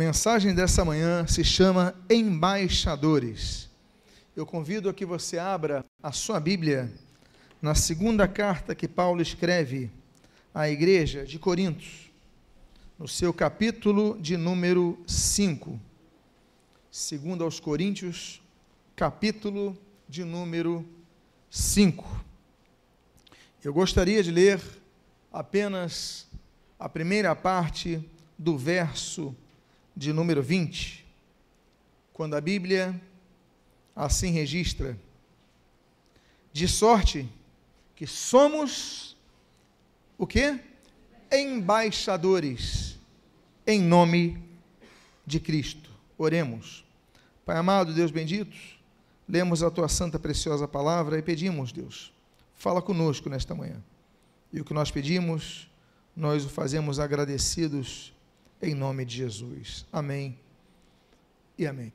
mensagem dessa manhã se chama Embaixadores. Eu convido a que você abra a sua Bíblia na segunda carta que Paulo escreve à igreja de Corintos, no seu capítulo de número 5. Segundo aos Coríntios, capítulo de número 5. Eu gostaria de ler apenas a primeira parte do verso de número 20, quando a Bíblia assim registra: de sorte que somos o quê? Embaixadores em nome de Cristo. Oremos. Pai amado, Deus bendito, lemos a tua santa preciosa palavra e pedimos, Deus, fala conosco nesta manhã. E o que nós pedimos, nós o fazemos agradecidos em nome de Jesus. Amém e amém.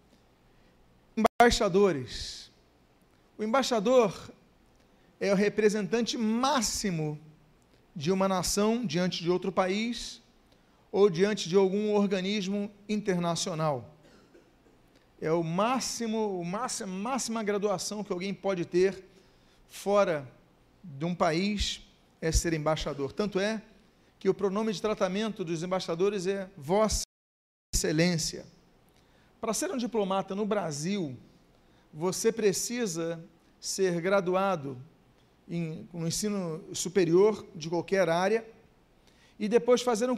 Embaixadores. O embaixador é o representante máximo de uma nação diante de outro país ou diante de algum organismo internacional. É a máxima graduação que alguém pode ter fora de um país é ser embaixador. Tanto é que o pronome de tratamento dos embaixadores é Vossa Excelência. Para ser um diplomata no você precisa ser graduado no ensino superior de qualquer área e depois fazer um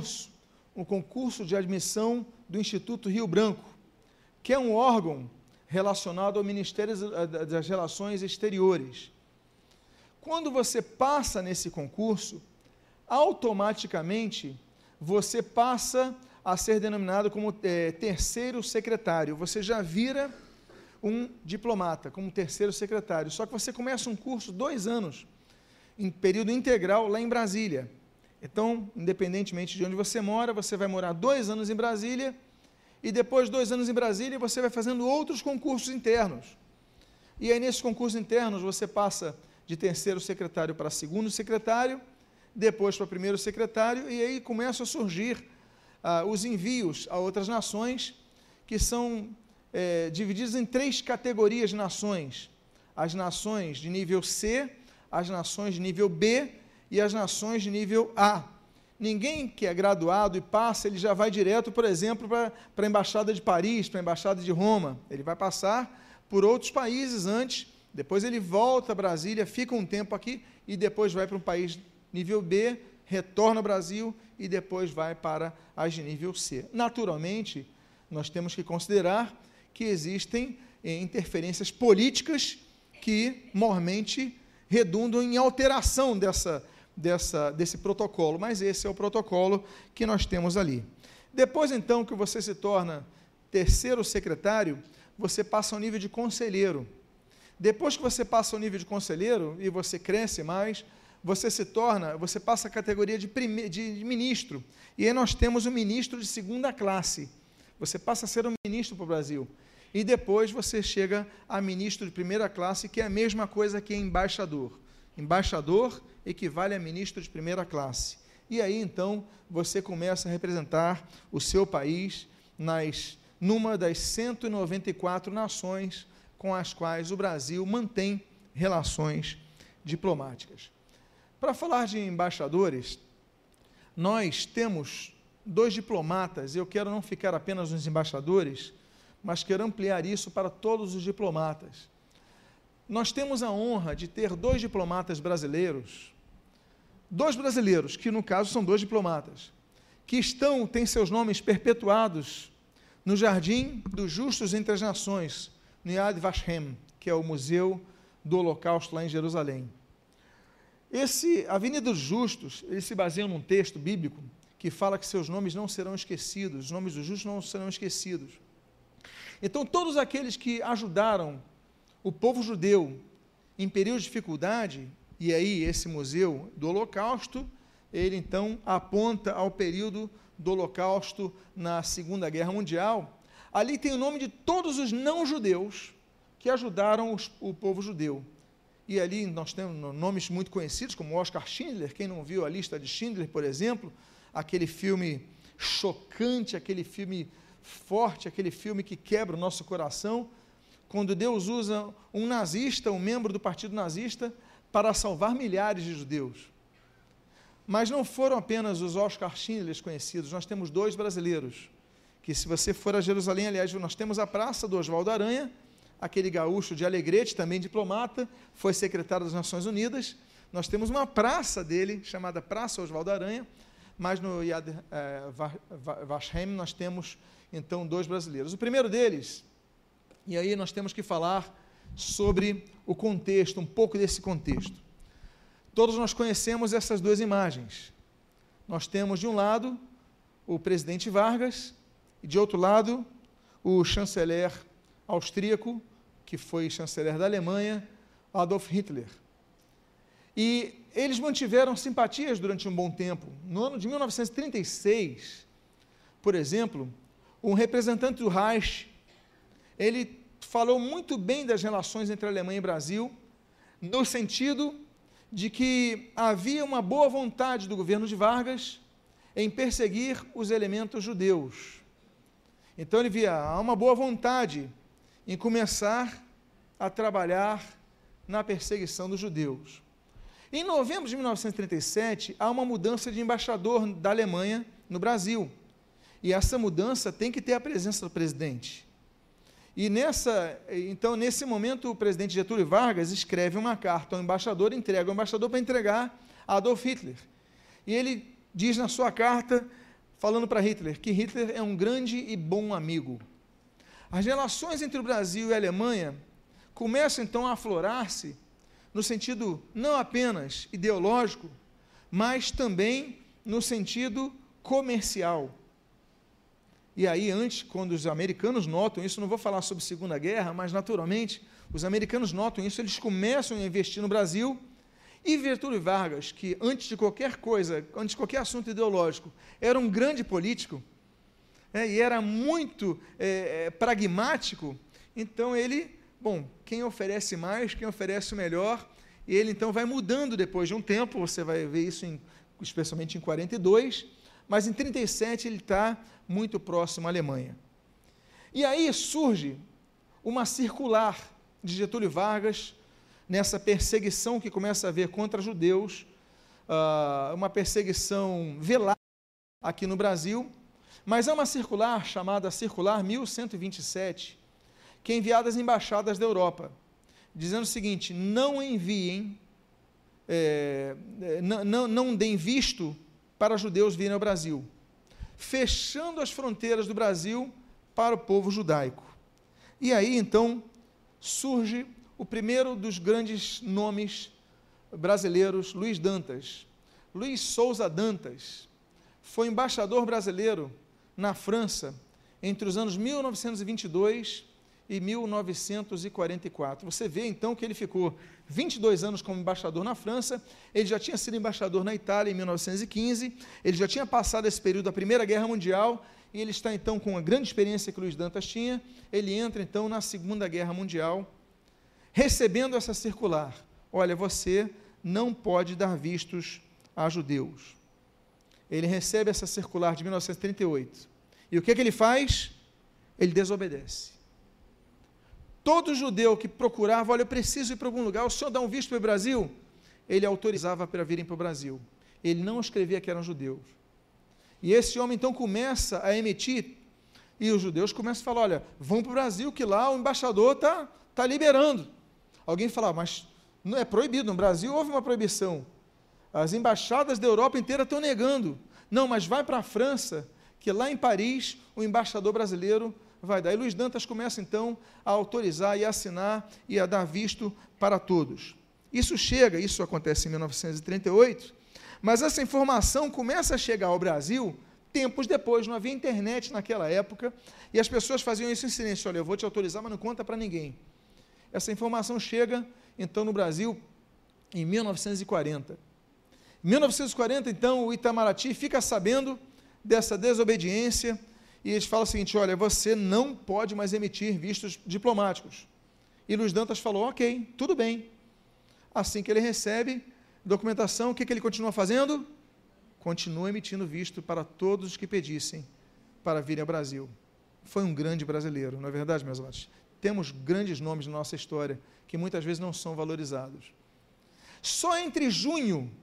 concurso de admissão do Instituto Rio Branco, que é um órgão relacionado ao Ministério das Relações Exteriores. Quando você passa nesse concurso, automaticamente você passa a ser denominado como terceiro secretário. Você já vira um diplomata, como terceiro secretário. Só que você começa um curso 2 anos, em período integral, lá em Brasília. Então, independentemente de onde você mora, você vai morar 2 anos em Brasília, e depois de 2 anos em Brasília, você vai fazendo outros concursos internos. E aí, nesses concursos internos, você passa de terceiro secretário para segundo secretário, depois para primeiro secretário, e aí começam a surgir os envios a outras nações, que são divididos em 3 categorias de nações: as nações de nível C, as nações de nível B e as nações de nível A. Ninguém que é graduado e passa, ele já vai direto, por exemplo, para a Embaixada de Paris, para a Embaixada de Roma. Ele vai passar por outros países antes, depois ele volta a Brasília, fica um tempo aqui e depois vai para um país nível B, retorna ao Brasil e depois vai para as de nível C. Naturalmente, nós temos que considerar que existem interferências políticas que, mormente, redundam em alteração desse protocolo, mas esse é o protocolo que nós temos ali. Depois, então, que você se torna terceiro secretário, você passa ao nível de conselheiro. Depois que você passa ao nível de conselheiro e você cresce mais, você passa a categoria de ministro, e aí nós temos um ministro de segunda classe, você passa a ser um ministro para o Brasil, e depois você chega a ministro de primeira classe, que é a mesma coisa que embaixador. Embaixador equivale a ministro de primeira classe, e aí então você começa a representar o seu país numa das 194 nações com as quais o Brasil mantém relações diplomáticas. Para falar de embaixadores, nós temos 2 diplomatas, e eu quero não ficar apenas nos embaixadores, mas quero ampliar isso para todos os diplomatas. Nós temos a honra de ter 2 diplomatas brasileiros, 2 brasileiros, que no caso são 2 diplomatas, que têm seus nomes perpetuados no Jardim dos Justos entre as Nações, no Yad Vashem, que é o Museu do Holocausto lá em Jerusalém. Avenida dos Justos, eles se baseiam num texto bíblico que fala que seus nomes não serão esquecidos, os nomes dos justos não serão esquecidos. Então, todos aqueles que ajudaram o povo judeu em período de dificuldade, e aí esse museu do Holocausto, ele então aponta ao período do Holocausto na Segunda Guerra Mundial. Ali tem o nome de todos os não-judeus que ajudaram o povo judeu. E ali nós temos nomes muito conhecidos, como Oskar Schindler. Quem não viu a lista de Schindler, por exemplo, aquele filme chocante, aquele filme forte, aquele filme que quebra o nosso coração, quando Deus usa um nazista, um membro do partido nazista, para salvar milhares de judeus. Mas não foram apenas os Oscar Schindler conhecidos, nós temos 2 brasileiros, que se você for a Jerusalém, aliás, nós temos a praça do Oswaldo Aranha, aquele gaúcho de Alegrete, também diplomata, foi secretário das Nações Unidas. Nós temos uma praça dele, chamada Praça Oswaldo Aranha, mas no Yad Vashem nós temos, então, 2 brasileiros. O primeiro deles, e aí nós temos que falar sobre o contexto, um pouco desse contexto. Todos nós conhecemos essas 2 imagens. Nós temos, de um lado, o presidente Vargas, e, de outro lado, o chanceler austríaco, que foi chanceler da Alemanha, Adolf Hitler. E eles mantiveram simpatias durante um bom tempo. No ano de 1936, por exemplo, um representante do Reich, ele falou muito bem das relações entre a Alemanha e o Brasil, no sentido de que havia uma boa vontade do governo de Vargas em perseguir os elementos judeus. Então ele via, há uma boa vontade em começar a trabalhar na perseguição dos judeus. Em novembro de 1937, há uma mudança de embaixador da Alemanha no Brasil. E essa mudança tem que ter a presença do presidente. E então, nesse momento, o presidente Getúlio Vargas escreve uma carta ao embaixador, entrega ao embaixador para entregar a Adolf Hitler. E ele diz na sua carta, falando para Hitler, que Hitler é um grande e bom amigo. As relações entre o Brasil e a Alemanha começam, então, a aflorar-se no sentido não apenas ideológico, mas também no sentido comercial. E aí, antes, quando os americanos notam isso, não vou falar sobre Segunda Guerra, mas naturalmente, os americanos notam isso, eles começam a investir no Brasil, e Getúlio Vargas, que antes de qualquer coisa, antes de qualquer assunto ideológico, era um grande político, e era muito pragmático, então ele, quem oferece mais, quem oferece o melhor, e ele então vai mudando depois de um tempo, você vai ver isso especialmente em 42, mas em 37 ele está muito próximo à Alemanha. E aí surge uma circular de Getúlio Vargas, nessa perseguição que começa a haver contra judeus, uma perseguição velada aqui no Brasil, mas há uma circular chamada Circular 1127, que é enviada às embaixadas da Europa, dizendo o seguinte: não enviem, não deem visto para judeus virem ao Brasil, fechando as fronteiras do Brasil para o povo judaico. E aí, então, surge o primeiro dos grandes nomes brasileiros, Luiz Dantas. Luiz Souza Dantas foi embaixador brasileiro na França entre os anos 1922 e 1944. Você vê, então, que ele ficou 22 anos como embaixador na França, ele já tinha sido embaixador na Itália em 1915, ele já tinha passado esse período da Primeira Guerra Mundial, e ele está, então, com a grande experiência que Luiz Dantas tinha, ele entra, então, na Segunda Guerra Mundial, recebendo essa circular: olha, você não pode dar vistos a judeus. Ele recebe essa circular de 1938, e o que ele faz? Ele desobedece. Todo judeu que procurava, olha, eu preciso ir para algum lugar, o senhor dá um visto para o Brasil? Ele autorizava para virem para o Brasil. Ele não escrevia que eram judeus. E esse homem, então, começa a emitir, e os judeus começam a falar: olha, vão para o Brasil, que lá o embaixador está liberando. Alguém fala: mas não é proibido, no Brasil houve uma proibição. As embaixadas da Europa inteira estão negando. Não, mas vai para a França, que lá em Paris o embaixador brasileiro vai dar. E Luiz Dantas começa, então, a autorizar e a assinar e a dar visto para todos. Isso acontece em 1938, mas essa informação começa a chegar ao Brasil tempos depois. Não havia internet naquela época, e as pessoas faziam isso em silêncio: olha, eu vou te autorizar, mas não conta para ninguém. Essa informação chega, então, no Brasil em 1940. Em 1940, então, o Itamaraty fica sabendo dessa desobediência, e eles falam o seguinte: olha, você não pode mais emitir vistos diplomáticos. E Luiz Dantas falou: ok, tudo bem. Assim que ele recebe documentação, o que ele continua fazendo? continuou emitindo visto para todos os que pedissem para virem ao Brasil. Foi um grande brasileiro, não é verdade, meus amados? Temos grandes nomes na nossa história que muitas vezes não são valorizados. Só entre junho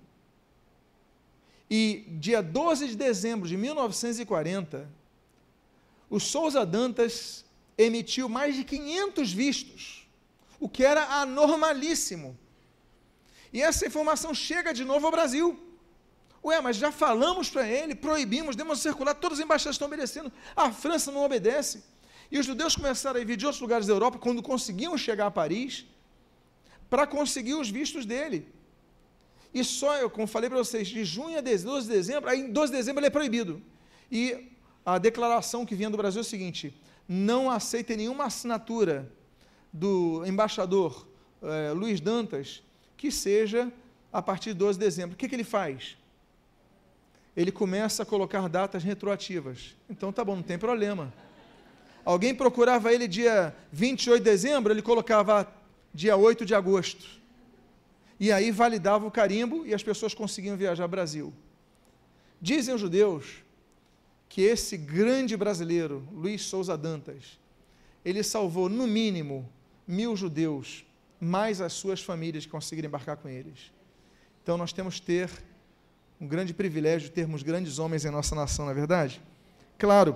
e dia 12 de dezembro de 1940, o Souza Dantas emitiu mais de 500 vistos, o que era anormalíssimo. E essa informação chega de novo ao Brasil. Ué, mas já falamos para ele, proibimos, demos circular, todas as embaixadas estão obedecendo, a França não obedece. E os judeus começaram a vir de outros lugares da Europa, quando conseguiam chegar a Paris, para conseguir os vistos dele. E só, como falei para vocês, de junho a 12 de dezembro, aí em 12 de dezembro ele é proibido. E a declaração que vinha do Brasil é o seguinte: não aceitem nenhuma assinatura do embaixador Luiz Dantas que seja a partir de 12 de dezembro. O que ele faz? Ele começa a colocar datas retroativas. Então tá bom, não tem problema. Alguém procurava ele dia 28 de dezembro, ele colocava dia 8 de agosto. E aí validava o carimbo e as pessoas conseguiam viajar ao Brasil. Dizem os judeus que esse grande brasileiro, Luiz Souza Dantas, ele salvou no mínimo 1.000 judeus, mais as suas famílias que conseguiram embarcar com eles. Então nós temos que ter um grande privilégio de termos grandes homens em nossa nação, não é verdade? Claro,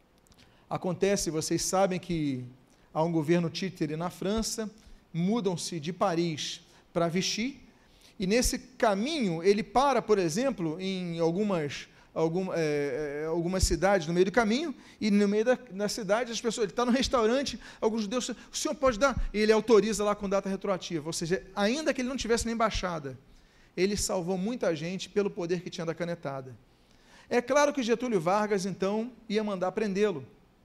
acontece, vocês sabem que há um governo títere na França, mudam-se de Paris para Vichy, e nesse caminho ele para, por exemplo, em algumas cidades no meio do caminho, e no meio da cidade as pessoas, ele está no restaurante, alguns judeus, o senhor pode dar? E ele autoriza lá com data retroativa, ou seja, ainda que ele não tivesse na embaixada, ele salvou muita gente pelo poder que tinha da canetada. É claro que Getúlio Vargas, então, ia mandar prendê-lo.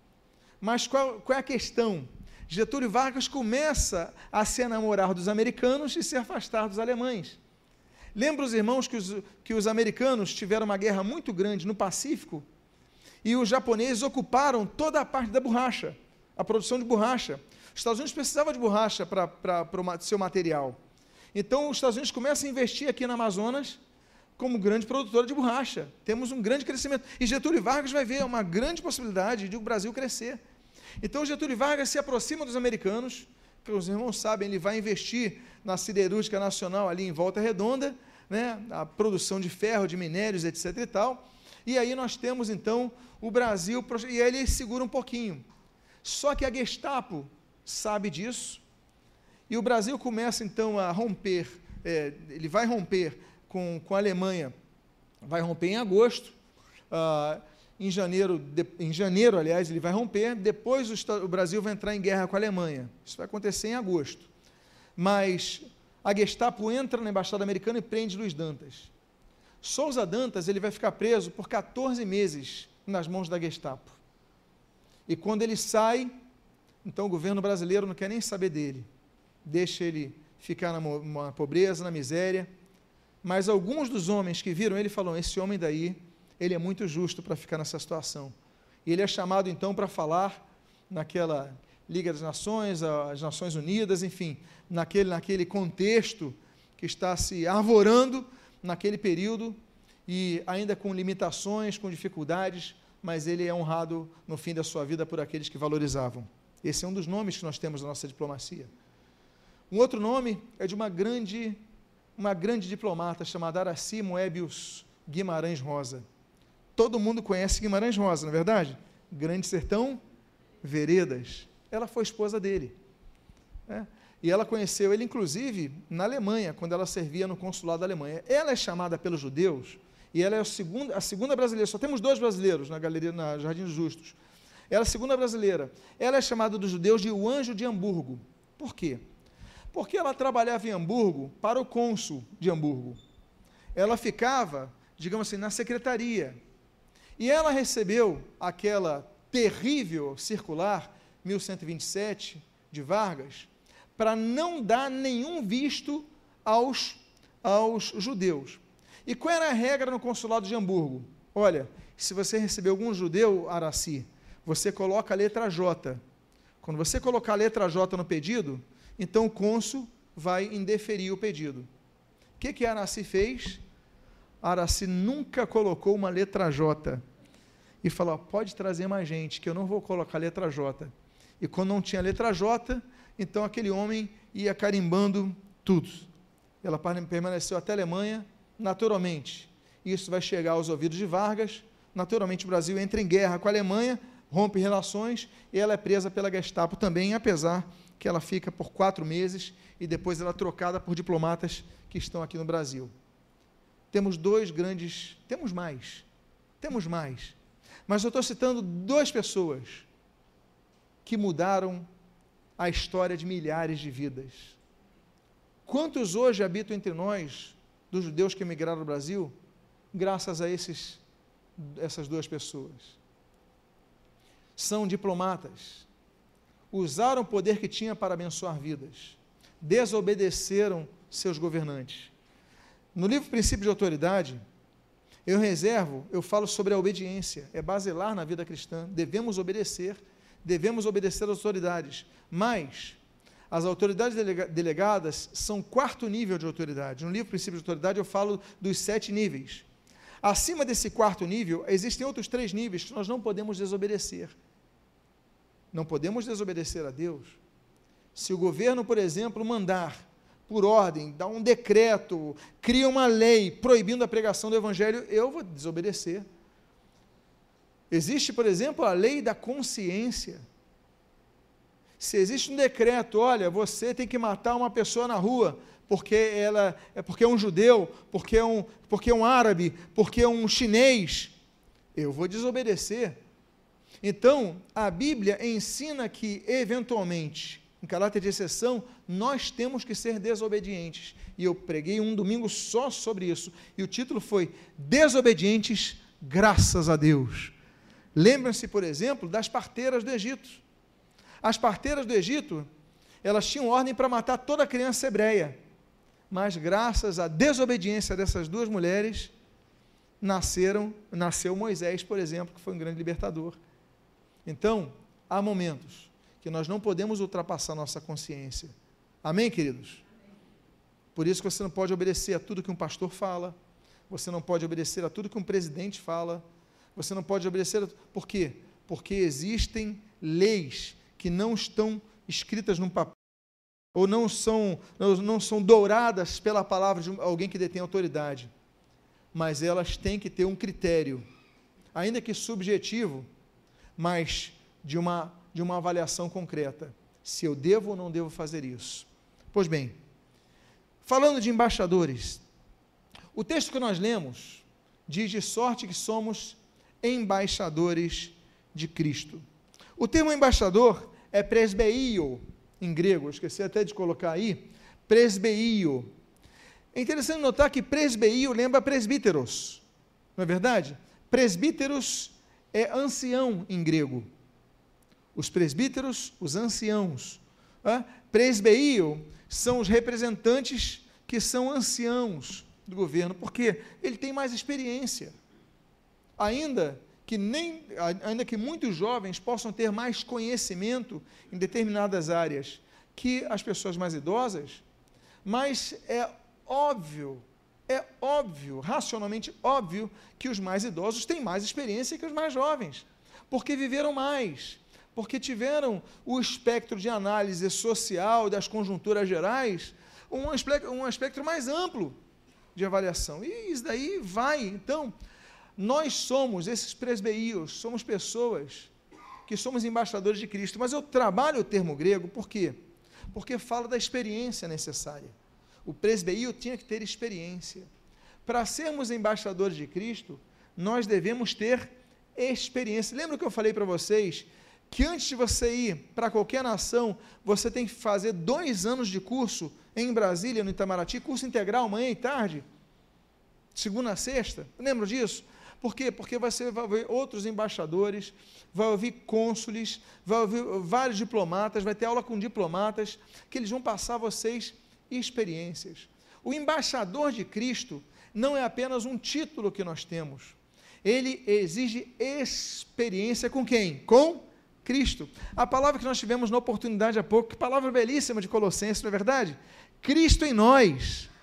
Mas qual é a questão? Getúlio Vargas começa a se enamorar dos americanos e se afastar dos alemães. Lembra os irmãos que os americanos tiveram uma guerra muito grande no Pacífico e os japoneses ocuparam toda a parte da borracha, a produção de borracha. Os Estados Unidos precisavam de borracha para o seu material. Então, os Estados Unidos começam a investir aqui no Amazonas como grande produtora de borracha. Temos um grande crescimento. E Getúlio Vargas vai ver uma grande possibilidade de o Brasil crescer. Então, Getúlio Vargas se aproxima dos americanos, que os irmãos sabem, ele vai investir na siderúrgica nacional ali em Volta Redonda, né, a produção de ferro, de minérios, etc. e tal. E aí nós temos, então, o Brasil, e aí ele segura um pouquinho. Só que a Gestapo sabe disso, e o Brasil começa, então, a romper, ele vai romper com a Alemanha, vai romper em agosto, em janeiro, aliás, ele vai romper, depois o Brasil vai entrar em guerra com a Alemanha. Isso vai acontecer em agosto. Mas a Gestapo entra na Embaixada Americana e prende Luiz Dantas. Souza Dantas, ele vai ficar preso por 14 meses nas mãos da Gestapo. E quando ele sai, então o governo brasileiro não quer nem saber dele. Deixa ele ficar na pobreza, na miséria. Mas alguns dos homens que viram ele falam: esse homem daí, ele é muito justo para ficar nessa situação. E ele é chamado então para falar naquela Liga das Nações, as Nações Unidas, enfim, naquele contexto que está se arvorando naquele período, e ainda com limitações, com dificuldades, mas ele é honrado no fim da sua vida por aqueles que valorizavam. Esse é um dos nomes que nós temos na nossa diplomacia. Um outro nome é de uma grande diplomata chamada Aracy Moebius Guimarães Rosa. Todo mundo conhece Guimarães Rosa, não é verdade? Grande Sertão, Veredas. Ela foi esposa dele. E ela conheceu ele, inclusive, na Alemanha, quando ela servia no consulado da Alemanha. Ela é chamada pelos judeus, e ela é a segunda brasileira, só temos 2 brasileiros na galeria, na Jardim dos Justos. Ela é a segunda brasileira. Ela é chamada dos judeus de o Anjo de Hamburgo. Por quê? Porque ela trabalhava em Hamburgo para o cônsul de Hamburgo. Ela ficava, digamos assim, na secretaria. E ela recebeu aquela terrível circular 1127 de Vargas para não dar nenhum visto aos judeus. E qual era a regra no consulado de Hamburgo? Olha, se você receber algum judeu, Aracy, você coloca a letra J. Quando você colocar a letra J no pedido, então o cônsul vai indeferir o pedido. O que a Aracy fez? Araci nunca colocou uma letra J e falou, pode trazer mais gente, que eu não vou colocar letra J. E quando não tinha letra J, então aquele homem ia carimbando tudo. Ela permaneceu até a Alemanha, naturalmente. Isso vai chegar aos ouvidos de Vargas, naturalmente o Brasil entra em guerra com a Alemanha, rompe relações, e ela é presa pela Gestapo também, apesar que ela fica por 4 meses, e depois ela é trocada por diplomatas que estão aqui no Brasil. Temos temos mais, mas eu estou citando 2 pessoas que mudaram a história de milhares de vidas. Quantos hoje habitam entre nós, dos judeus que emigraram ao Brasil, graças a essas 2 pessoas? São diplomatas, usaram o poder que tinha para abençoar vidas, desobedeceram seus governantes. No livro Princípio de Autoridade, eu falo sobre a obediência, é basilar na vida cristã, devemos obedecer às autoridades, mas as autoridades delegadas são 4º nível de autoridade. No livro Princípio de Autoridade eu falo dos 7 níveis. Acima desse 4º nível, existem outros 3 níveis que nós não podemos desobedecer. Não podemos desobedecer a Deus. Se o governo, por exemplo, mandar, por ordem, dar um decreto, cria uma lei proibindo a pregação do Evangelho, eu vou desobedecer. Existe, por exemplo, a lei da consciência. Se existe um decreto, olha, você tem que matar uma pessoa na rua, porque é um judeu, porque é um árabe, porque é um chinês, eu vou desobedecer. Então, a Bíblia ensina que, eventualmente, em caráter de exceção, nós temos que ser desobedientes. E eu preguei um domingo só sobre isso, e o título foi Desobedientes, graças a Deus. Lembram-se, por exemplo, das parteiras do Egito. As parteiras do Egito, elas tinham ordem para matar toda criança hebreia, mas graças à desobediência dessas 2 mulheres, nasceu Moisés, por exemplo, que foi um grande libertador. Então, há momentos que nós não podemos ultrapassar nossa consciência. Amém, queridos? Por isso que você não pode obedecer a tudo que um pastor fala, você não pode obedecer a tudo que um presidente fala, você não pode obedecer... Por quê? Porque existem leis que não estão escritas num papel, ou não são douradas pela palavra de alguém que detém autoridade, mas elas têm que ter um critério, ainda que subjetivo, mas de uma avaliação concreta, se eu devo ou não devo fazer isso. Pois bem, falando de embaixadores, o texto que nós lemos diz de sorte que somos embaixadores de Cristo. O termo embaixador é presbeio, em grego, eu esqueci até de colocar aí, presbeio. É interessante notar que presbeio lembra presbíteros, não é verdade? Presbíteros é ancião em grego. Os presbíteros, os anciãos. Presbeio são os representantes que são anciãos do governo, porque ele tem mais experiência. Ainda que muitos jovens possam ter mais conhecimento em determinadas áreas que as pessoas mais idosas, mas é óbvio, racionalmente óbvio, que os mais idosos têm mais experiência que os mais jovens, porque viveram mais, porque tiveram o espectro de análise social das conjunturas gerais, um espectro mais amplo de avaliação, e isso daí vai. Então, nós somos esses presbeios, somos pessoas que somos embaixadores de Cristo, mas eu trabalho o termo grego, por quê? Porque fala da experiência necessária. O presbeio tinha que ter experiência. Para sermos embaixadores de Cristo, nós devemos ter experiência. Lembra que eu falei para vocês que antes de você ir para qualquer nação, você tem que fazer 2 anos de curso em Brasília, no Itamaraty, curso integral, manhã e tarde, segunda a sexta? Lembra disso? Por quê? Porque você vai ver outros embaixadores, vai ouvir cônsules, vai ouvir vários diplomatas, vai ter aula com diplomatas, que eles vão passar a vocês experiências. O embaixador de Cristo não é apenas um título que nós temos, ele exige experiência com quem? Com Cristo. A palavra que nós tivemos na oportunidade há pouco, que palavra belíssima de Colossenses, não é verdade? Cristo em nós.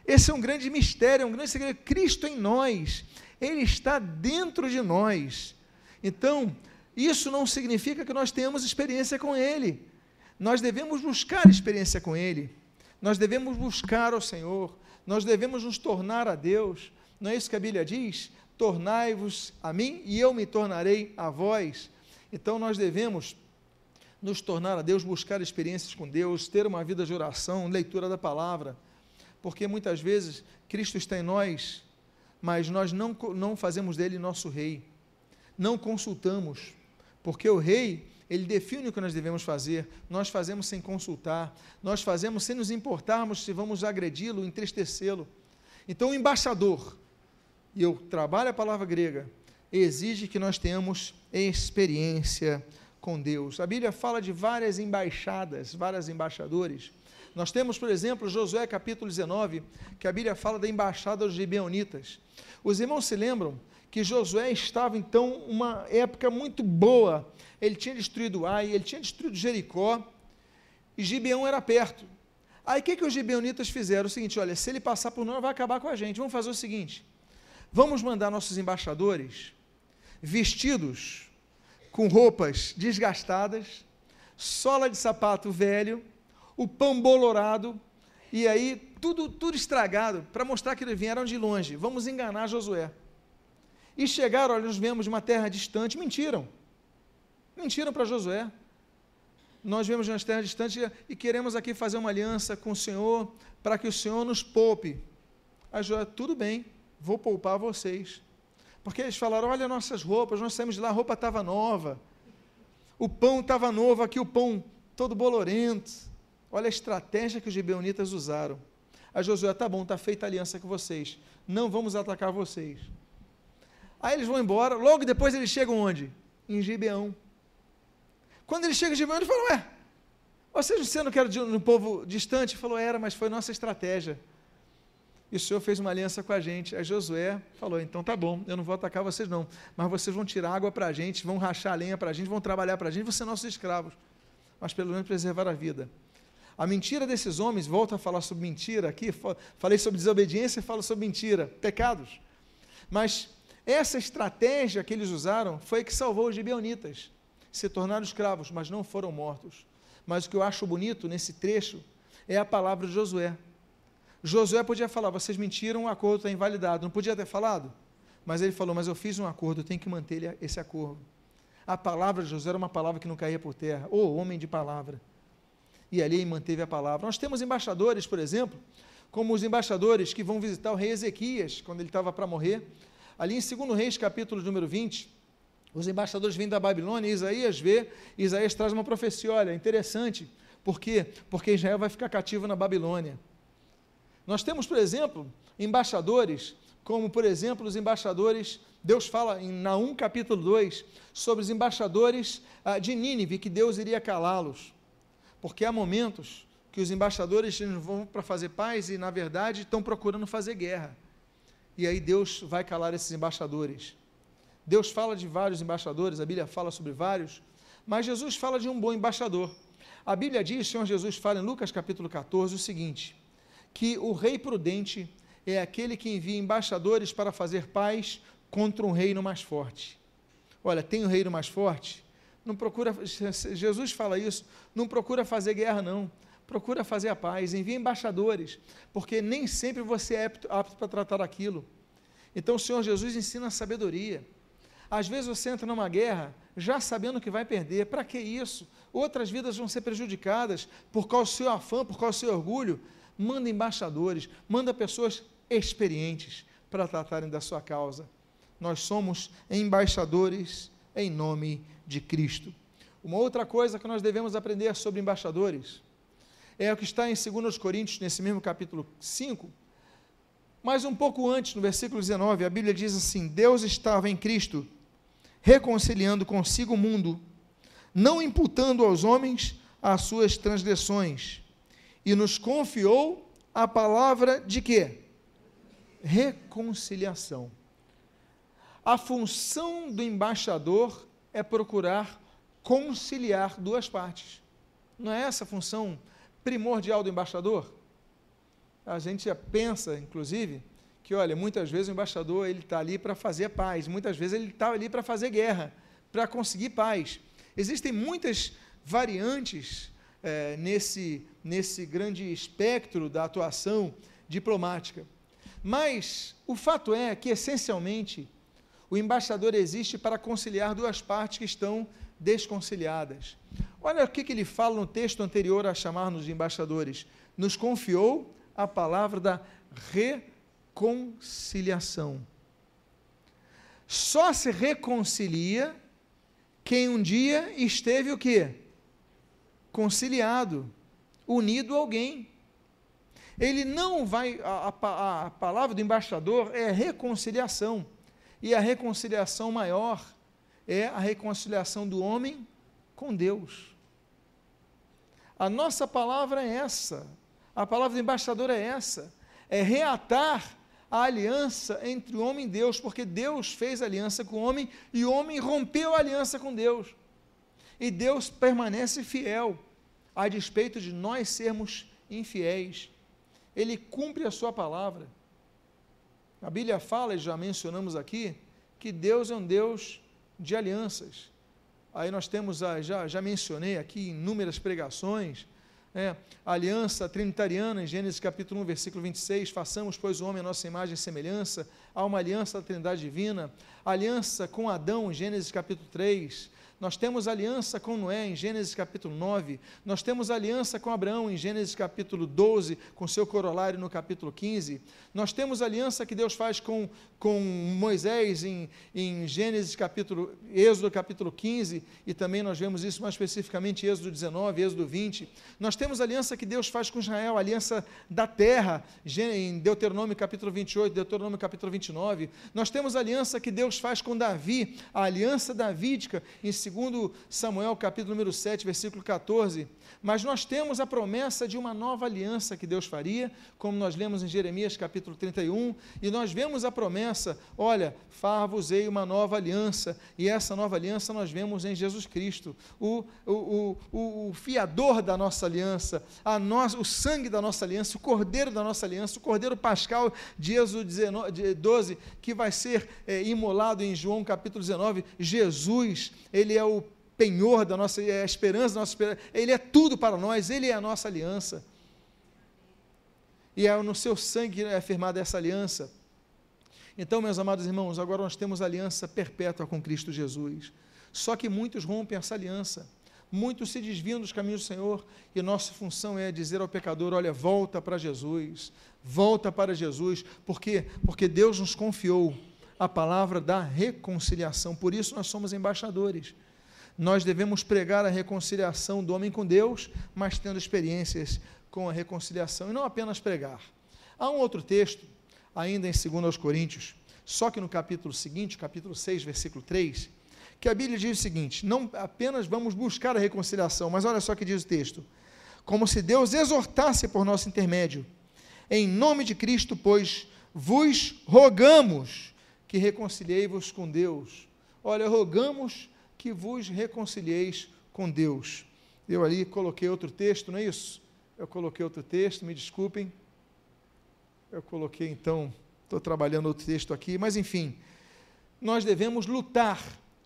Esse é um grande mistério, é um grande segredo. Cristo em nós, Ele está dentro de nós. Então, isso não significa que nós tenhamos experiência com Ele. Nós devemos buscar experiência com Ele. Nós devemos buscar ao Senhor. Nós devemos nos tornar a Deus. Não é isso que a Bíblia diz? Tornai-vos a mim e eu me tornarei a vós. Então, nós devemos nos tornar a Deus, buscar experiências com Deus, ter uma vida de oração, leitura da palavra, porque muitas vezes Cristo está em nós, mas nós não fazemos dele nosso rei, não consultamos, porque o rei, ele define o que nós devemos fazer, nós fazemos sem consultar, nós fazemos sem nos importarmos se vamos agredi-lo, entristecê-lo. Então o embaixador, e eu trabalho a palavra grega, exige que nós tenhamos experiência com Deus. A Bíblia fala de várias embaixadas, vários embaixadores. Nós temos, por exemplo, Josué capítulo 19, que a Bíblia fala da embaixada dos gibeonitas. Os irmãos se lembram que Josué estava, então, uma época muito boa. Ele tinha destruído Ai, ele tinha destruído Jericó, e Gibeão era perto. Aí, o que os gibeonitas fizeram? O seguinte, olha, se ele passar por nós, vai acabar com a gente. Vamos fazer o seguinte, vamos mandar nossos embaixadores vestidos com roupas desgastadas, sola de sapato velho, o pão bolorado, e aí tudo estragado, para mostrar que eles vieram de longe. Vamos enganar Josué. E chegaram, olha, nós viemos de uma terra distante, mentiram para Josué. Nós viemos de uma terra distante e queremos aqui fazer uma aliança com o Senhor, para que o Senhor nos poupe. Aí Josué, tudo bem, vou poupar vocês. Porque eles falaram, olha nossas roupas, nós saímos de lá, a roupa estava nova, o pão estava novo, aqui o pão todo bolorento. Olha a estratégia que os gibeonitas usaram. Aí Josué, tá bom, está feita a aliança com vocês, não vamos atacar vocês. Aí eles vão embora, logo depois eles chegam onde? Em Gibeão. Quando eles chegam em Gibeão, eles falam, vocês não querem de um povo distante? Ele falou, era, mas foi nossa estratégia. E o Senhor fez uma aliança com a gente. Aí Josué falou, então tá bom, eu não vou atacar vocês não, mas vocês vão tirar água para a gente, vão rachar a lenha para a gente, vão trabalhar para a gente, vão ser nossos escravos, mas pelo menos preservar a vida. A mentira desses homens, volto a falar sobre mentira aqui, falei sobre desobediência e falo sobre mentira, pecados. Mas essa estratégia que eles usaram foi a que salvou os gibeonitas, se tornaram escravos, mas não foram mortos. Mas o que eu acho bonito nesse trecho é a palavra de Josué. Josué podia falar, vocês mentiram, o acordo está invalidado. Não podia ter falado? Mas ele falou, mas eu fiz um acordo, eu tenho que manter esse acordo. A palavra de Josué era uma palavra que não caía por terra. Ô, homem de palavra. E ali ele manteve a palavra. Nós temos embaixadores, por exemplo, como os embaixadores que vão visitar o rei Ezequias, quando ele estava para morrer. Ali em 2 Reis, capítulo número 20, os embaixadores vêm da Babilônia e Isaías traz uma profecia, olha, interessante. Por quê? Porque Israel vai ficar cativo na Babilônia. Nós temos, por exemplo, embaixadores, como, por exemplo, os embaixadores, Deus fala em Naum capítulo 2, sobre os embaixadores de Nínive, que Deus iria calá-los, porque há momentos que os embaixadores vão para fazer paz e, na verdade, estão procurando fazer guerra, e aí Deus vai calar esses embaixadores. Deus fala de vários embaixadores, a Bíblia fala sobre vários, mas Jesus fala de um bom embaixador. A Bíblia diz, o Senhor Jesus fala em Lucas capítulo 14, o seguinte, que o rei prudente é aquele que envia embaixadores para fazer paz contra um reino mais forte. Olha, tem um reino mais forte? Não procura, Jesus fala isso, não procura fazer guerra não, procura fazer a paz, envia embaixadores, porque nem sempre você é apto para tratar aquilo. Então o Senhor Jesus ensina a sabedoria. Às vezes você entra numa guerra já sabendo que vai perder, para que isso? Outras vidas vão ser prejudicadas por causa do seu afã, por causa do seu orgulho. Manda embaixadores, manda pessoas experientes para tratarem da sua causa. Nós somos embaixadores em nome de Cristo. Uma outra coisa que nós devemos aprender sobre embaixadores é o que está em 2 Coríntios, nesse mesmo capítulo 5, mas um pouco antes, no versículo 19, a Bíblia diz assim, Deus estava em Cristo, reconciliando consigo o mundo, não imputando aos homens as suas transgressões, e nos confiou a palavra de quê? Reconciliação. A função do embaixador é procurar conciliar duas partes. Não é essa a função primordial do embaixador? A gente pensa, inclusive, que, olha, muitas vezes o embaixador ele está ali para fazer paz, muitas vezes ele está ali para fazer guerra, para conseguir paz. Existem muitas variantes nesse grande espectro da atuação diplomática. Mas o fato é que, essencialmente, o embaixador existe para conciliar duas partes que estão desconciliadas. Olha o que ele fala no texto anterior a chamar-nos de embaixadores. Nos confiou a palavra da reconciliação. Só se reconcilia quem um dia esteve o quê? Conciliado, unido a alguém. Ele não vai, a palavra do embaixador é reconciliação, e a reconciliação maior é a reconciliação do homem com Deus. A nossa palavra é essa, a palavra do embaixador é essa, é reatar a aliança entre o homem e Deus, porque Deus fez aliança com o homem, e o homem rompeu a aliança com Deus, e Deus permanece fiel, a despeito de nós sermos infiéis. Ele cumpre a sua palavra. A Bíblia fala, e já mencionamos aqui, que Deus é um Deus de alianças. Aí nós temos, já mencionei aqui em inúmeras pregações, a aliança trinitariana, em Gênesis capítulo 1, versículo 26, façamos, pois, o homem a nossa imagem e semelhança. Há uma aliança da Trindade Divina, aliança com Adão, em Gênesis capítulo 3, nós temos aliança com Noé, em Gênesis capítulo 9, nós temos aliança com Abraão, em Gênesis capítulo 12, com seu corolário no capítulo 15, nós temos aliança que Deus faz com Moisés, em Êxodo capítulo 15, e também nós vemos isso mais especificamente em Êxodo 19, Êxodo 20, nós temos aliança que Deus faz com Israel, aliança da terra, em Deuteronômio capítulo 28, Deuteronômio capítulo 29, nós temos aliança que Deus faz com Davi, a aliança davídica, em 2 Samuel, capítulo número 7, versículo 14, mas nós temos a promessa de uma nova aliança que Deus faria, como nós lemos em Jeremias, capítulo 31, e nós vemos a promessa, olha, far-vos-ei uma nova aliança, e essa nova aliança nós vemos em Jesus Cristo, o fiador da nossa aliança, o sangue da nossa aliança, o cordeiro da nossa aliança, o cordeiro pascal de Êxodo 12, que vai ser imolado em João, capítulo 19, Jesus, ele é o penhor da nossa, é a esperança da nossa esperança, ele é tudo para nós, ele é a nossa aliança, e é no seu sangue que é firmada essa aliança. Então, meus amados irmãos, agora nós temos aliança perpétua com Cristo Jesus, só que muitos rompem essa aliança, muitos se desviam dos caminhos do Senhor, e nossa função é dizer ao pecador, olha, volta para Jesus, por quê? Porque Deus nos confiou a palavra da reconciliação, por isso nós somos embaixadores, nós devemos pregar a reconciliação do homem com Deus, mas tendo experiências com a reconciliação, e não apenas pregar. Há um outro texto, ainda em 2 Coríntios, só que no capítulo seguinte, capítulo 6, versículo 3, que a Bíblia diz o seguinte, não apenas vamos buscar a reconciliação, mas olha só que diz o texto, como se Deus exortasse por nosso intermédio, em nome de Cristo, pois vos rogamos que reconciliei-vos com Deus. Olha, rogamos que vos reconcilieis com Deus. Eu ali coloquei outro texto, não é isso? Eu coloquei outro texto, me desculpem. Eu coloquei, então, estou trabalhando outro texto aqui, mas enfim, nós devemos lutar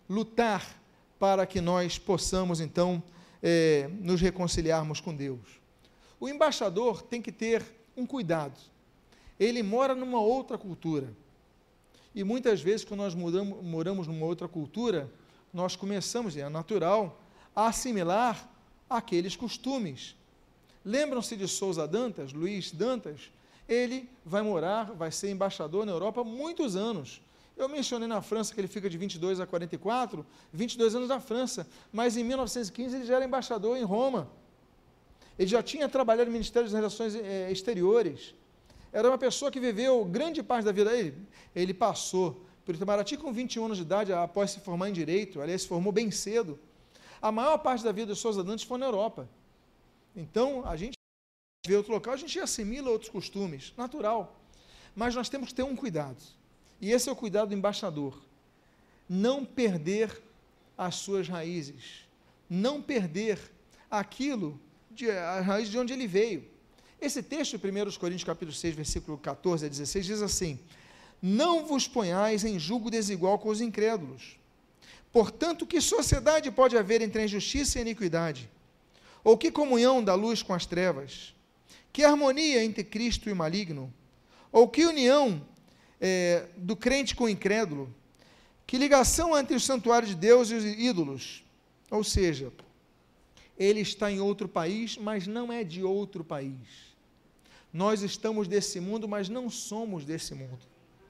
para que nós possamos, então, nos reconciliarmos com Deus. O embaixador tem que ter um cuidado. Ele mora numa outra cultura. E muitas vezes, quando nós moramos numa outra cultura, nós começamos, é natural, a assimilar aqueles costumes. Lembram-se de Souza Dantas, Luiz Dantas? Ele vai ser embaixador na Europa há muitos anos. Eu mencionei na França que ele fica de 22 a 44, 22 anos na França, mas em 1915 ele já era embaixador em Roma. Ele já tinha trabalhado no Ministério das Relações Exteriores. Era uma pessoa que viveu grande parte da vida dele. Ele passou por Itamaraty com 21 anos de idade, após se formar em Direito, aliás, se formou bem cedo. A maior parte da vida de Souza Dantas foi na Europa. Então, a gente vê outro local, a gente assimila outros costumes, natural. Mas nós temos que ter um cuidado. E esse é o cuidado do embaixador. Não perder as suas raízes. Não perder a raiz de onde ele veio. Esse texto, 1 Coríntios capítulo 6, versículo 14 a 16, diz assim: não vos ponhais em julgo desigual com os incrédulos. Portanto, que sociedade pode haver entre a injustiça e a iniquidade? Ou que comunhão da luz com as trevas? Que harmonia entre Cristo e o maligno? Ou que união do crente com o incrédulo? Que ligação entre o santuário de Deus e os ídolos? Ou seja, ele está em outro país, mas não é de outro país. Nós estamos desse mundo, mas não somos desse mundo.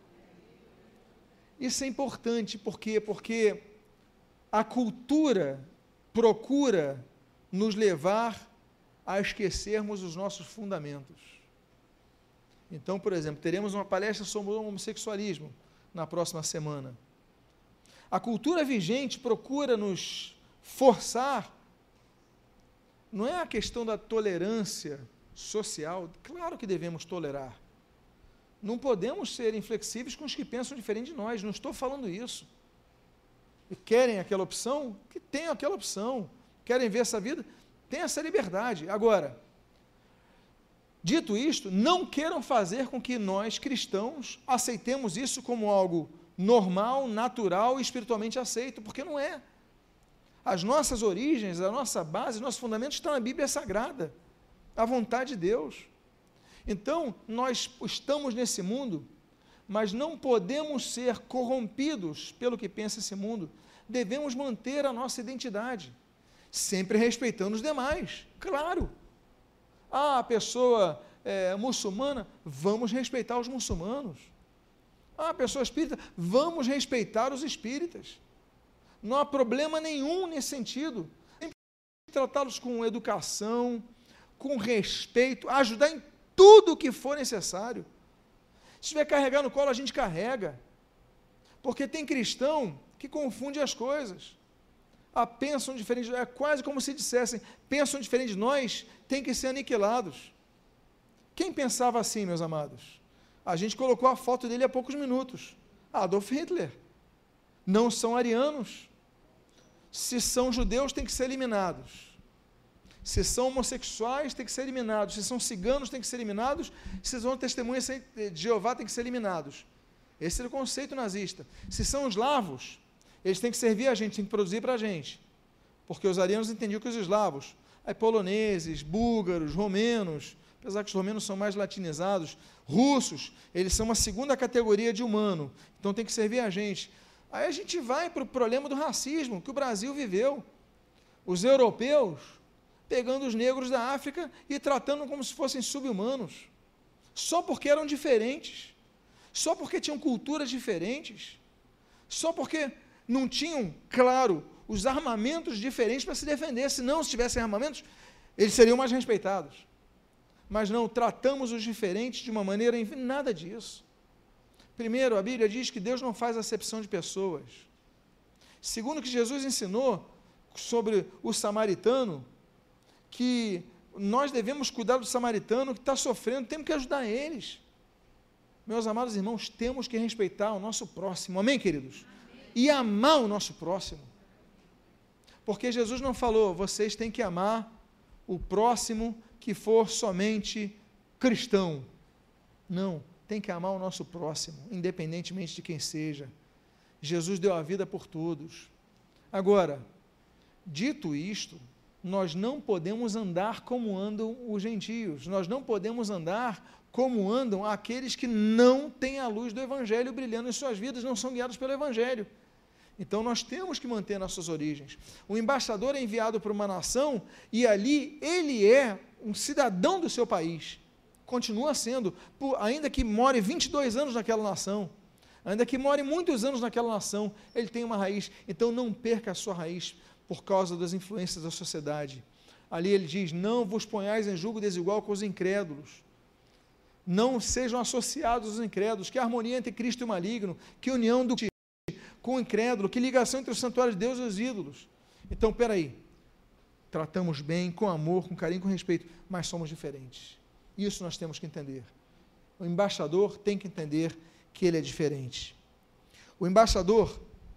Isso é importante, por quê? Porque a cultura procura nos levar a esquecermos os nossos fundamentos. Então, por exemplo, teremos uma palestra sobre o homossexualismo na próxima semana. A cultura vigente procura nos forçar, não é a questão da tolerância social, claro que devemos tolerar. Não podemos ser inflexíveis com os que pensam diferente de nós, não estou falando isso. E querem aquela opção? Que tenham aquela opção. Querem ver essa vida? Tem essa liberdade. Agora, dito isto, não queiram fazer com que nós, cristãos, aceitemos isso como algo normal, natural e espiritualmente aceito, porque não é. As nossas origens, a nossa base, nossos fundamentos estão na Bíblia Sagrada, a vontade de Deus. Então, nós estamos nesse mundo, mas não podemos ser corrompidos pelo que pensa esse mundo. Devemos manter a nossa identidade, sempre respeitando os demais, claro. A pessoa muçulmana, vamos respeitar os muçulmanos. A pessoa espírita, vamos respeitar os espíritas. Não há problema nenhum nesse sentido. Sempre tratá-los com educação, com respeito, ajudar em tudo o que for necessário. Se tiver que carregar no colo, a gente carrega. Porque tem cristão que confunde as coisas. Pensam diferente, é quase como se dissessem, pensam diferente de nós, têm que ser aniquilados. Quem pensava assim, meus amados? A gente colocou a foto dele há poucos minutos. Adolf Hitler. Não são arianos. Se são judeus, têm que ser eliminados. Se são homossexuais, têm que ser eliminados. Se são ciganos, têm que ser eliminados. Se são testemunhas de Jeová, têm que ser eliminados. Esse era o conceito nazista. Se são eslavos, eles têm que servir a gente, têm que produzir para a gente. Porque os arianos entendiam que os eslavos, poloneses, búlgaros, romenos, apesar que os romenos são mais latinizados, russos, eles são uma segunda categoria de humano, então tem que servir a gente. Aí a gente vai para o problema do racismo que o Brasil viveu. Os europeus pegando os negros da África e tratando como se fossem sub-humanos, só porque eram diferentes, só porque tinham culturas diferentes, só porque não tinham, claro, os armamentos diferentes para se defender, senão, se tivessem armamentos, eles seriam mais respeitados. Mas não, tratamos os diferentes de uma maneira, nada disso. Primeiro, a Bíblia diz que Deus não faz acepção de pessoas. Segundo, que Jesus ensinou sobre o samaritano, que nós devemos cuidar do samaritano que está sofrendo, temos que ajudar eles. Meus amados irmãos, temos que respeitar o nosso próximo, amém, queridos? Amém. E amar o nosso próximo. Porque Jesus não falou, vocês têm que amar o próximo que for somente cristão. Não, tem que amar o nosso próximo, independentemente de quem seja. Jesus deu a vida por todos. Agora, dito isto, nós não podemos andar como andam os gentios, nós não podemos andar como andam aqueles que não têm a luz do Evangelho brilhando em suas vidas, não são guiados pelo Evangelho. Então nós temos que manter nossas origens. O embaixador é enviado para uma nação e ali ele é um cidadão do seu país, continua sendo, ainda que more 22 anos naquela nação, ainda que more muitos anos naquela nação, ele tem uma raiz. Então não perca a sua raiz por causa das influências da sociedade. Ali ele diz, não vos ponhais em julgo desigual com os incrédulos, não sejam associados aos incrédulos, que harmonia entre Cristo e o maligno, que união com o incrédulo, que ligação entre o santuário de Deus e os ídolos. Então, peraí, tratamos bem, com amor, com carinho, com respeito, mas somos diferentes. Isso nós temos que entender. O embaixador tem que entender que ele é diferente. O embaixador,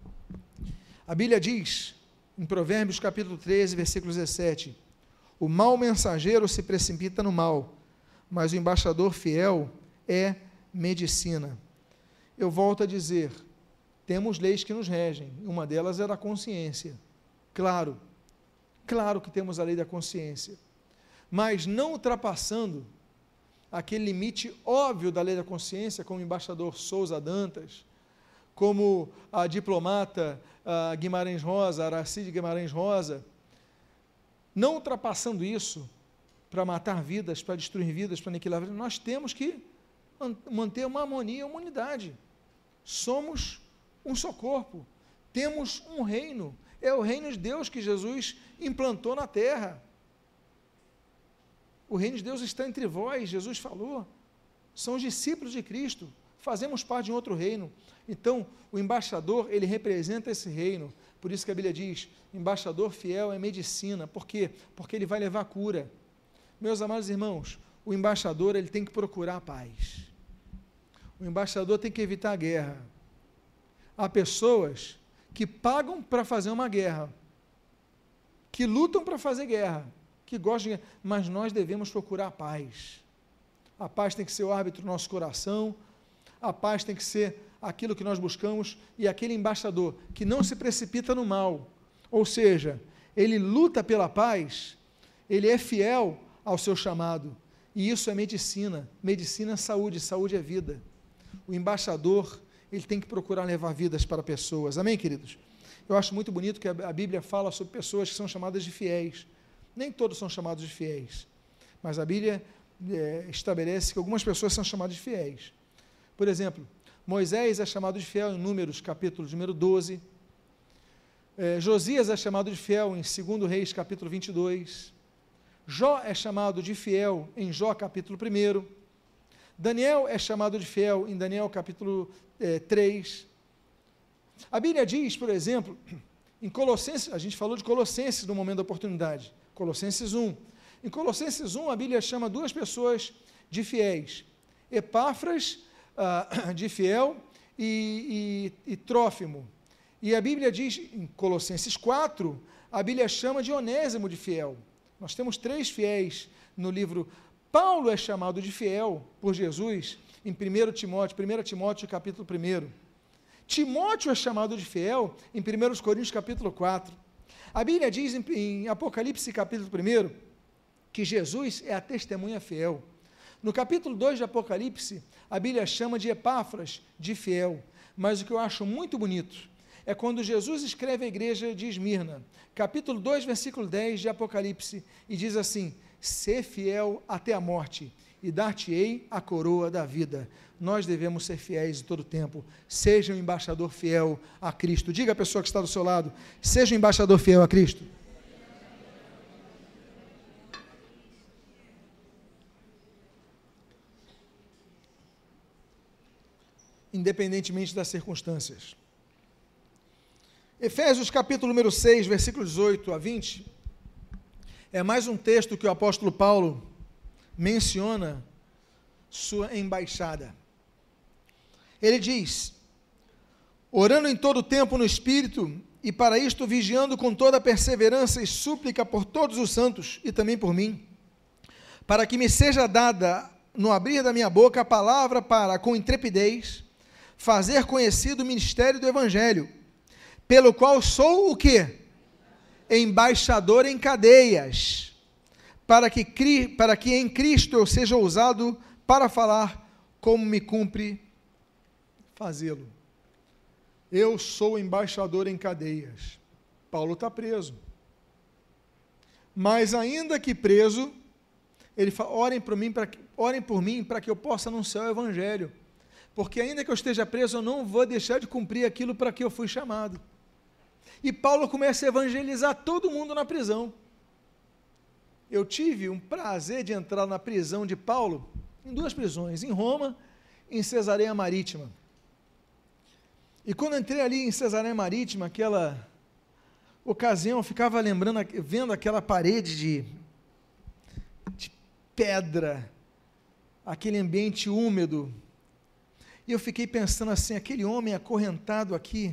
a Bíblia diz, em Provérbios capítulo 13, versículo 17, o mau mensageiro se precipita no mal, mas o embaixador fiel é medicina. Eu volto a dizer, temos leis que nos regem, uma delas é a consciência. Claro que temos a lei da consciência, mas não ultrapassando aquele limite óbvio da lei da consciência, como o embaixador Souza Dantas, como a diplomata Guimarães Rosa, Aracide Guimarães Rosa, não ultrapassando isso para matar vidas, para destruir vidas, para aniquilar vidas, nós temos que manter uma harmonia, uma unidade. Somos um só corpo, temos um reino, é o reino de Deus que Jesus implantou na terra. O reino de Deus está entre vós, Jesus falou, são os discípulos de Cristo, fazemos parte de um outro reino. Então, o embaixador, ele representa esse reino, por isso que a Bíblia diz, embaixador fiel é medicina. Por quê? Porque ele vai levar cura. Meus amados irmãos, o embaixador, ele tem que procurar a paz, o embaixador tem que evitar a guerra. Há pessoas que pagam para fazer uma guerra, que lutam para fazer guerra, que gostam de guerra, mas nós devemos procurar a paz. A paz tem que ser o árbitro do nosso coração, a paz tem que ser aquilo que nós buscamos, e aquele embaixador que não se precipita no mal, ou seja, ele luta pela paz, ele é fiel ao seu chamado, e isso é medicina. Medicina é saúde, saúde é vida. O embaixador, ele tem que procurar levar vidas para pessoas, amém, queridos? Eu acho muito bonito que a Bíblia fala sobre pessoas que são chamadas de fiéis. Nem todos são chamados de fiéis, mas a Bíblia estabelece que algumas pessoas são chamadas de fiéis. Por exemplo, Moisés é chamado de fiel em Números, capítulo número 12, Josias é chamado de fiel em 2 Reis, capítulo 22, Jó é chamado de fiel em Jó, capítulo 1, Daniel é chamado de fiel em Daniel, capítulo 3. A Bíblia diz, por exemplo, em Colossenses, a gente falou de Colossenses no momento da oportunidade, Colossenses 1. Em Colossenses 1, a Bíblia chama duas pessoas de fiéis, Epáfras, de fiel, e Trófimo. E a Bíblia diz, em Colossenses 4, a Bíblia chama de Onésimo de fiel. Nós temos 3 fiéis no livro. Paulo é chamado de fiel por Jesus em 1 Timóteo capítulo 1. Timóteo é chamado de fiel em 1 Coríntios capítulo 4. A Bíblia diz em Apocalipse capítulo 1 que Jesus é a testemunha fiel. No capítulo 2 de Apocalipse, a Bíblia chama de Epáfras de fiel. Mas o que eu acho muito bonito é quando Jesus escreve à igreja de Esmirna, capítulo 2, versículo 10 de Apocalipse, e diz assim: sê fiel até a morte, e dar-te-ei a coroa da vida. Nós devemos ser fiéis em todo o tempo. Seja um embaixador fiel a Cristo. Diga à pessoa que está do seu lado: seja um embaixador fiel a Cristo. Independentemente das circunstâncias. Efésios capítulo número 6, versículo 18 a 20, é mais um texto que o apóstolo Paulo menciona sua embaixada. Ele diz: orando em todo o tempo no Espírito, e para isto vigiando com toda perseverança e súplica por todos os santos, e também por mim, para que me seja dada, no abrir da minha boca, a palavra para, com intrepidez, fazer conhecido o ministério do Evangelho, pelo qual sou o quê? Embaixador em cadeias, para que em Cristo eu seja ousado para falar como me cumpre fazê-lo. Eu sou embaixador em cadeias. Paulo está preso. Mas ainda que preso, ele fala: orem por mim para que eu possa anunciar o Evangelho. Porque ainda que eu esteja preso, eu não vou deixar de cumprir aquilo para que eu fui chamado. E Paulo começa a evangelizar todo mundo na prisão. Eu tive um prazer de entrar na prisão de Paulo, em 2 prisões, em Roma e em Cesareia Marítima. E quando entrei ali em Cesareia Marítima, aquela ocasião, eu ficava vendo aquela parede de pedra, aquele ambiente úmido, e eu fiquei pensando assim: aquele homem acorrentado aqui,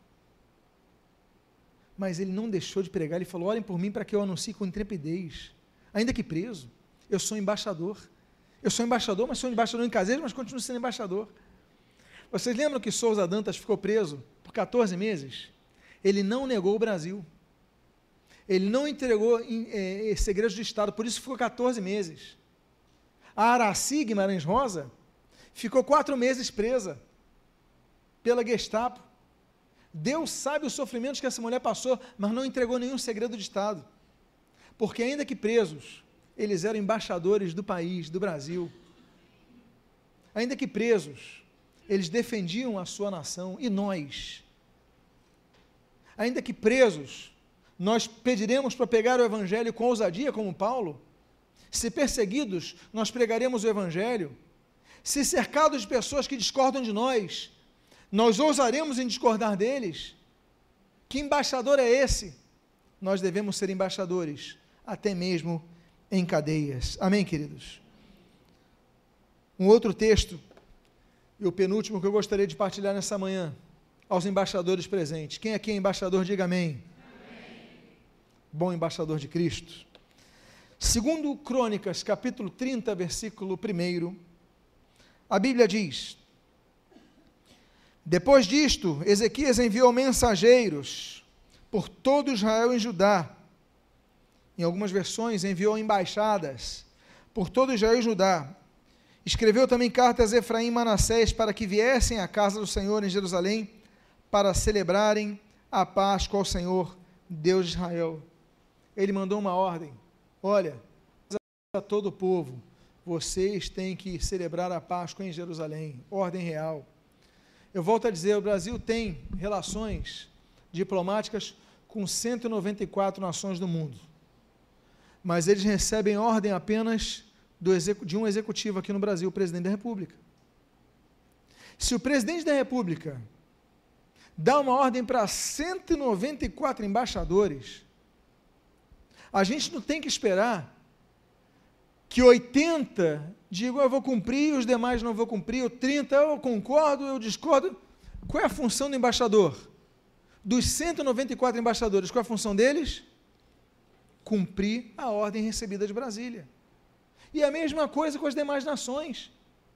mas ele não deixou de pregar. Ele falou: orem por mim para que eu anuncie com intrepidez, ainda que preso, eu sou embaixador, Eu sou embaixador, mas sou embaixador em Caseiros, mas continuo sendo embaixador. Vocês lembram que Souza Dantas ficou preso por 14 meses? Ele não negou o Brasil. Ele não entregou segredos de Estado, por isso ficou 14 meses. A Araci Guimarães Rosa ficou 4 meses presa pela Gestapo. Deus sabe os sofrimentos que essa mulher passou, mas não entregou nenhum segredo de Estado. Porque ainda que presos, eles eram embaixadores do país, do Brasil. Ainda que presos, eles defendiam a sua nação, e nós. Ainda que presos, nós pediremos para pregar o Evangelho com ousadia, como Paulo. Se perseguidos, nós pregaremos o Evangelho. Se cercados de pessoas que discordam de nós ousaremos em discordar deles. Que embaixador é esse? Nós devemos ser embaixadores, até mesmo em cadeias. Amém, queridos? Um outro texto, e o penúltimo que eu gostaria de partilhar nessa manhã, aos embaixadores presentes. Quem aqui é embaixador, diga amém. Amém. Bom embaixador de Cristo. Segundo Crônicas, capítulo 30, versículo 1, a Bíblia diz: depois disto, Ezequias enviou mensageiros por todo Israel e Judá. Em algumas versões, enviou embaixadas por todo Israel e Judá. Escreveu também cartas a Efraim e Manassés para que viessem à casa do Senhor em Jerusalém para celebrarem a Páscoa ao Senhor, Deus de Israel. Ele mandou uma ordem: olha, a todo o povo, vocês têm que celebrar a Páscoa em Jerusalém, ordem real. Eu volto a dizer, o Brasil tem relações diplomáticas com 194 nações do mundo, mas eles recebem ordem apenas de um executivo aqui no Brasil, o presidente da República. Se o presidente da República dá uma ordem para 194 embaixadores, a gente não tem que esperar que 80 digam, eu vou cumprir, os demais não vou cumprir, o 30, eu concordo, eu discordo. Qual é a função do embaixador? Dos 194 embaixadores, qual é a função deles? Cumprir a ordem recebida de Brasília. E a mesma coisa com as demais nações.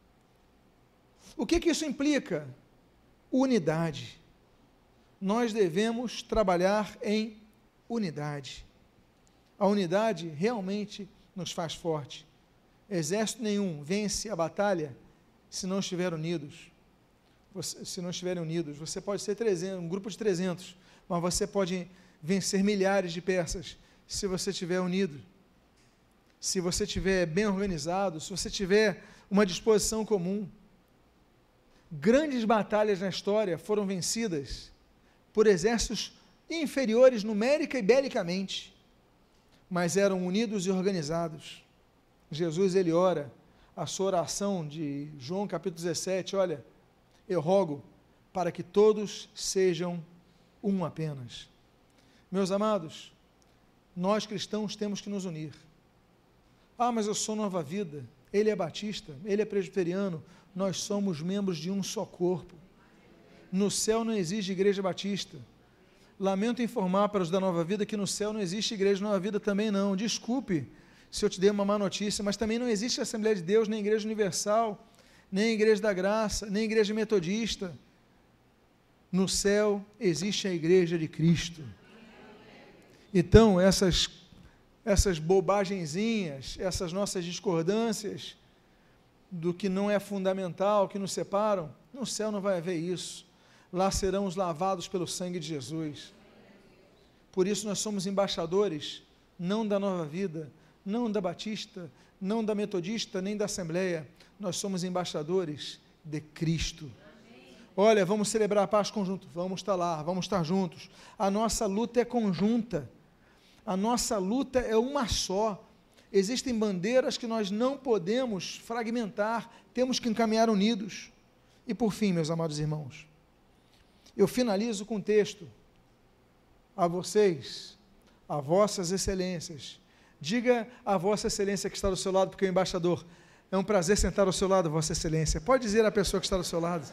O que isso implica? Unidade. Nós devemos trabalhar em unidade. A unidade realmente nos faz forte. Exército nenhum vence a batalha se não estiver unidos. Se não estiverem unidos, você pode ser 300, um grupo de 300, mas você pode vencer milhares de persas se você estiver unido. Se você estiver bem organizado, se você tiver uma disposição comum. Grandes batalhas na história foram vencidas por exércitos inferiores numérica e belicamente, mas eram unidos e organizados. Jesus, ele ora, a sua oração de João capítulo 17, olha, eu rogo para que todos sejam um apenas. Meus amados, nós cristãos temos que nos unir. Ah, mas eu sou Nova Vida, ele é batista, ele é presbiteriano, nós somos membros de um só corpo. No céu não existe igreja batista. Lamento informar para os da Nova Vida que no céu não existe igreja Nova Vida também não. Desculpe se eu te dei uma má notícia, mas também não existe Assembleia de Deus, nem Igreja Universal, nem Igreja da Graça, nem Igreja Metodista. No céu existe a Igreja de Cristo. Então, essas bobagenzinhas, essas nossas discordâncias do que não é fundamental, que nos separam, no céu não vai haver isso. Lá seremos lavados pelo sangue de Jesus. Por isso nós somos embaixadores, não da Nova Vida, não da Batista, não da Metodista, nem da Assembleia. Nós somos embaixadores de Cristo. Olha, vamos celebrar a Páscoa conjunto, vamos estar lá, vamos estar juntos. A nossa luta é conjunta. A nossa luta é uma só. Existem bandeiras que nós não podemos fragmentar, temos que encaminhar unidos. E por fim, meus amados irmãos, eu finalizo com um texto a vocês, a vossas excelências. Diga a vossa excelência que está do seu lado, porque o embaixador, é um prazer sentar ao seu lado, vossa excelência. Pode dizer à pessoa que está do seu lado.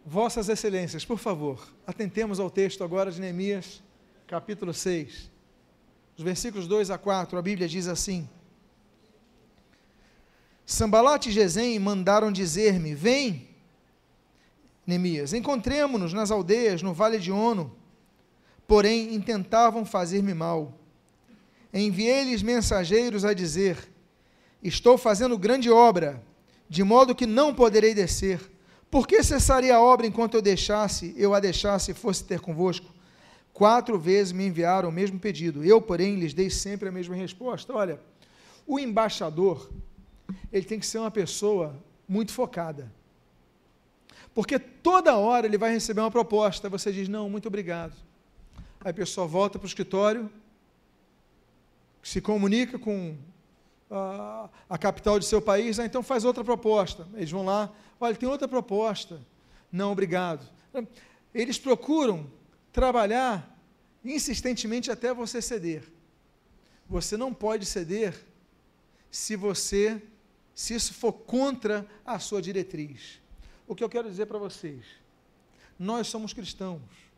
Vossas Excelências, por favor, atentemos ao texto agora de Neemias, capítulo 6. Os versículos 2 a 4, a Bíblia diz assim: Sambalate e Gesem mandaram dizer-me: Vem, Neemias, encontremo-nos nas aldeias, no vale de Ono. Porém, intentavam fazer-me mal. Enviei-lhes mensageiros a dizer: Estou fazendo grande obra, de modo que não poderei descer. Por que cessaria a obra enquanto eu a deixasse e fosse ter convosco? 4 vezes me enviaram o mesmo pedido. Eu, porém, lhes dei sempre a mesma resposta. Olha, o embaixador, ele tem que ser uma pessoa muito focada. Porque toda hora ele vai receber uma proposta. Você diz: não, muito obrigado. Aí a pessoa volta para o escritório, se comunica com a capital de seu país, então faz outra proposta. Eles vão lá: olha, tem outra proposta. Não, obrigado. Eles procuram trabalhar insistentemente até você ceder. Você não pode ceder se isso for contra a sua diretriz. O que eu quero dizer para vocês: nós somos cristãos,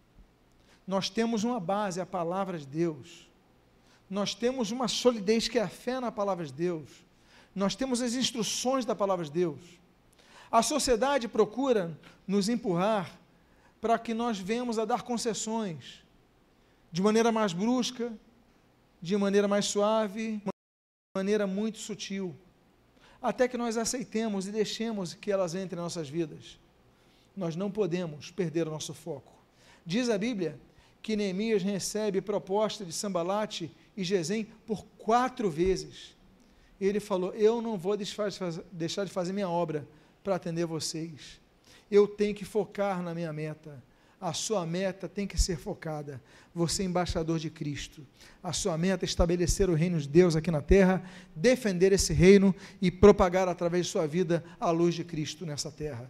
nós temos uma base, a palavra de Deus, nós temos uma solidez que é a fé na palavra de Deus, nós temos as instruções da palavra de Deus. A sociedade procura nos empurrar para que nós venhamos a dar concessões, de maneira mais brusca, de maneira mais suave, de maneira muito sutil, até que nós aceitemos e deixemos que elas entrem em nossas vidas. Nós não podemos perder o nosso foco. Diz a Bíblia que Neemias recebe proposta de Sambalate e Gesem por 4 vezes. Ele falou: eu não vou deixar de fazer minha obra para atender vocês. Eu tenho que focar na minha meta. A sua meta tem que ser focada. Você é embaixador de Cristo. A sua meta é estabelecer o reino de Deus aqui na terra, defender esse reino e propagar através de sua vida a luz de Cristo nessa terra.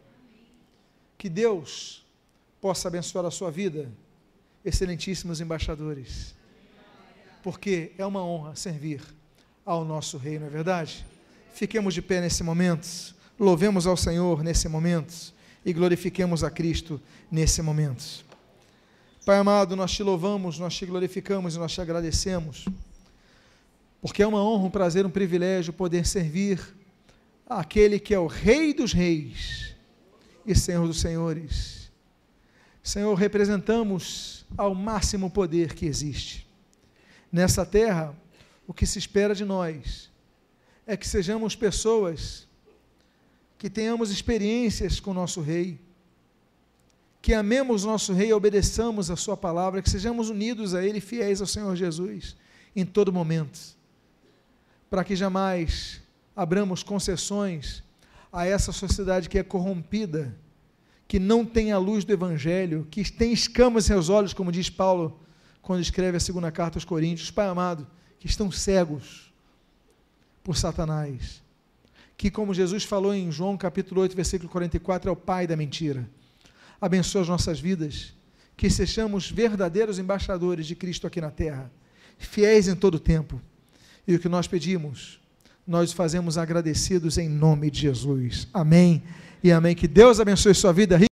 Que Deus possa abençoar a sua vida, excelentíssimos embaixadores, porque é uma honra servir ao nosso rei, não é verdade? Fiquemos de pé nesse momento, louvemos ao Senhor nesse momento e glorifiquemos a Cristo nesse momento. Pai amado, nós te louvamos, nós te glorificamos e nós te agradecemos, porque é uma honra, um prazer, um privilégio poder servir àquele que é o Rei dos Reis e Senhor dos Senhores. Senhor, representamos ao máximo poder que existe. Nessa terra, o que se espera de nós é que sejamos pessoas que tenhamos experiências com o nosso Rei, que amemos o nosso Rei e obedeçamos a sua palavra, que sejamos unidos a Ele, fiéis ao Senhor Jesus, em todo momento, para que jamais abramos concessões a essa sociedade que é corrompida, que não tem a luz do Evangelho, que tem escamas em seus olhos, como diz Paulo, quando escreve a 2ª carta aos Coríntios. Pai amado, que estão cegos por Satanás, que, como Jesus falou em João capítulo 8, versículo 44, é o pai da mentira. Abençoa as nossas vidas, que sejamos verdadeiros embaixadores de Cristo aqui na terra, fiéis em todo o tempo, e o que nós pedimos, nós fazemos agradecidos em nome de Jesus. Amém e amém. Que Deus abençoe sua vida.